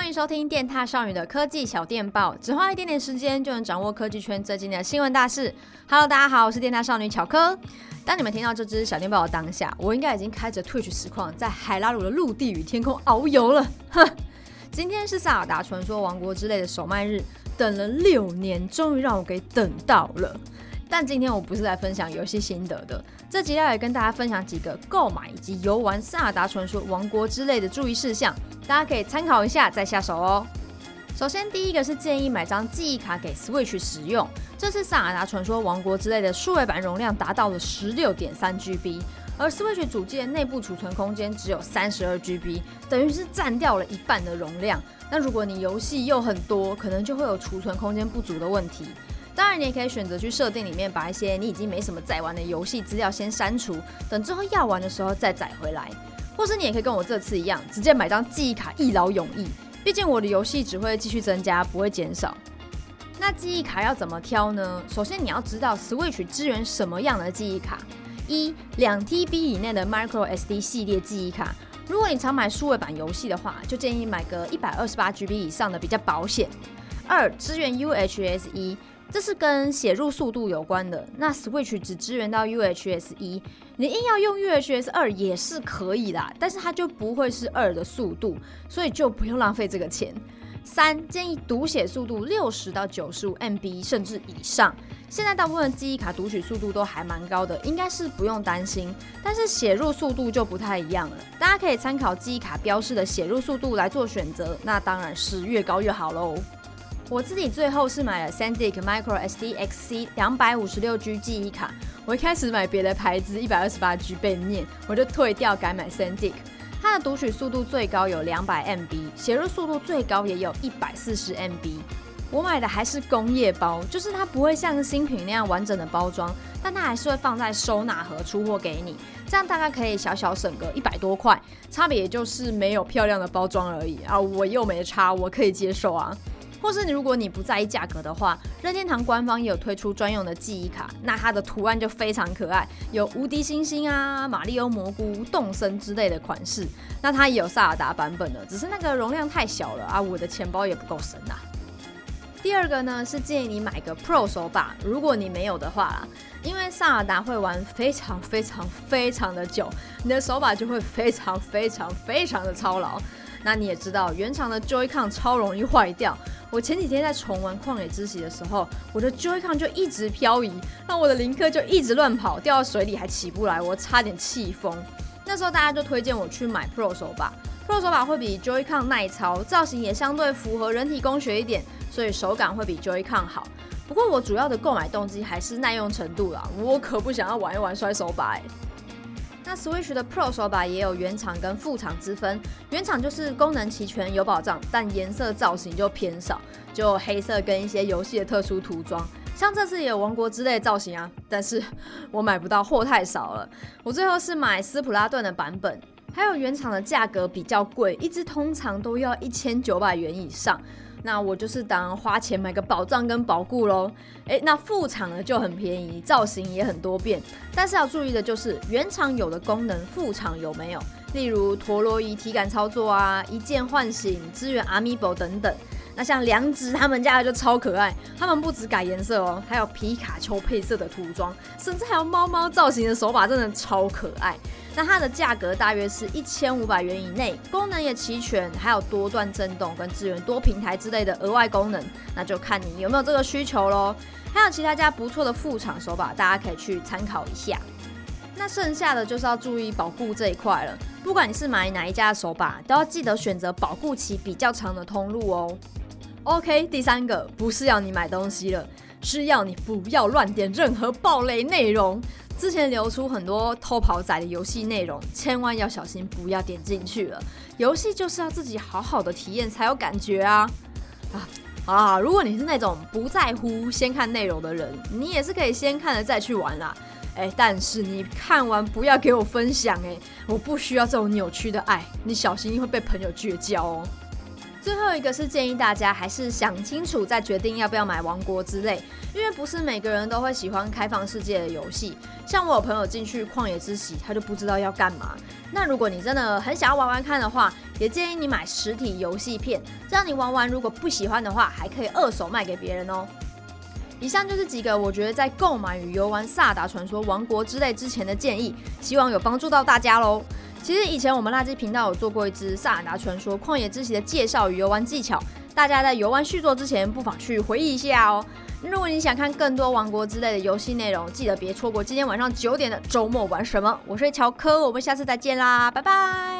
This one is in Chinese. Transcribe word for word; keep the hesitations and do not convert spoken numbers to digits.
迎收听电踏少女的科技小电报，只花一点点时间就能掌握科技圈最近的新闻大事。Hello， 大家好，我是电踏少女巧科。当你们听到这支小电报的当下，我应该已经开着 Twitch 实况在海拉鲁的陆地与天空遨游了。哼，今天是萨尔达传说王国之泪的首卖日，等了六年，终于让我给等到了。但今天我不是来分享游戏心得的，这集要来跟大家分享几个购买以及游玩《萨尔达传说王国之泪》的注意事项，大家可以参考一下再下手哦。首先，第一个是建议买张记忆卡给 Switch 使用，这次《萨尔达传说王国之泪》的数位版容量达到了 十六点三 G B， 而 Switch 主机的内部储存空间只有 三十二 G B， 等于是占掉了一半的容量。那如果你游戏又很多，可能就会有储存空间不足的问题。当然，你也可以选择去设定里面把一些你已经没什么在玩的游戏资料先删除，等之后要玩的时候再载回来。或是你也可以跟我这次一样，直接买张记忆卡一劳永逸。毕竟我的游戏只会继续增加，不会减少。那记忆卡要怎么挑呢？首先你要知道 Switch 支援什么样的记忆卡。一 两 T B 以内的 Micro S D 系列记忆卡。如果你常买数位版游戏的话，就建议买个一百二十八 G B 以上的比较保险。二支援 U H S 一。这是跟写入速度有关的，那 Switch 只支援到 U H S 一，你硬要用 U H S 二也是可以啦，但是它就不会是二的速度，所以就不用浪费这个钱。三建议读写速度六十到九十五 M B 甚至以上，现在大部分记忆卡读取速度都还蛮高的，应该是不用担心。但是写入速度就不太一样了，大家可以参考记忆卡标示的写入速度来做选择，那当然是越高越好咯。我自己最后是买了 SanDisk Micro S D X C 两百五十六 G 记忆卡。我一开始买别的牌子一百二十八 G 被念，我就退掉改买 SanDisk。它的读取速度最高有两百 M B， 写入速度最高也有一百四十 M B。我买的还是工业包，就是它不会像新品那样完整的包装，但它还是会放在收纳盒出货给你，这样大概可以小小省个一百多块，差别也就是没有漂亮的包装而已啊，我又没差，我可以接受啊。或是如果你不在意价格的话，任天堂官方也有推出专用的记忆卡，那它的图案就非常可爱，有无敌星星啊、马里奥蘑菇、动森之类的款式。那它也有萨尔达版本的，只是那个容量太小了啊，我的钱包也不够深啊。第二个呢是建议你买个 Pro 手把，如果你没有的话啦，因为萨尔达会玩非常非常非常的久，你的手把就会非常非常非常的操劳。那你也知道，原厂的 Joy-Con 超容易坏掉。我前几天在重玩旷野之息的时候，我的 Joy-Con 就一直漂移，让我的林克就一直乱跑，掉到水里还起不来，我差点气疯。那时候大家就推荐我去买 Pro 手把 ，Pro 手把会比 Joy-Con 耐操，造型也相对符合人体工学一点，所以手感会比 Joy-Con 好。不过我主要的购买动机还是耐用程度啦，我可不想要玩一玩摔手把欸。那 Switch 的 Pro 手把也有原厂跟副厂之分，原厂就是功能齐全有保障，但颜色造型就偏少，就黑色跟一些游戏的特殊涂装，像这次也有王国之泪的造型啊，但是我买不到，货太少了。我最后是买斯普拉顿的版本，还有原厂的价格比较贵，一支通常都要一千九百元以上。那我就是当花钱买个保障跟保固咯。诶，那副厂呢就很便宜，造型也很多变，但是要注意的就是原厂有的功能副厂有没有，例如陀螺仪体感操作啊、一键唤醒、支援 Amiibo 等等。那像良知他们家的就超可爱，他们不止改颜色哦，还有皮卡丘配色的涂装，甚至还有猫猫造型的手把，真的超可爱。那它的价格大约是一千五百元以内，功能也齐全，还有多段震动跟支援多平台之类的额外功能，那就看你有没有这个需求咯。还有其他家不错的副厂手把，大家可以去参考一下。那剩下的就是要注意保固这一块了，不管你是买哪一家的手把，都要记得选择保固期比较长的通路哦。OK， 第三个不是要你买东西了，是要你不要乱点任何暴雷内容。之前流出很多偷跑仔的游戏内容，千万要小心，不要点进去了。游戏就是要自己好好的体验才有感觉啊！啊，好啦，如果你是那种不在乎先看内容的人，你也是可以先看了再去玩啦。哎，但是你看完不要给我分享哎，我不需要这种扭曲的爱，你小心会被朋友绝交哦。 最后一个是建议大家还是想清楚再决定要不要买王国之泪，因为不是每个人都会喜欢开放世界的游戏。像我有朋友进去旷野之息，他就不知道要干嘛。那如果你真的很想要玩玩看的话，也建议你买实体游戏片，这样你玩完如果不喜欢的话，还可以二手卖给别人哦。以上就是几个我觉得在购买与游玩《萨尔达传说：王国之泪》之前的建议，希望有帮助到大家咯。其实以前我们垃圾频道有做过一支《萨尔达传说：旷野之息》的介绍与游玩技巧，大家在游玩续作之前不妨去回忆一下哦。如果你想看更多王国之类的游戏内容，记得别错过今天晚上九点的周末玩什么。我是乔科，我们下次再见啦，拜拜。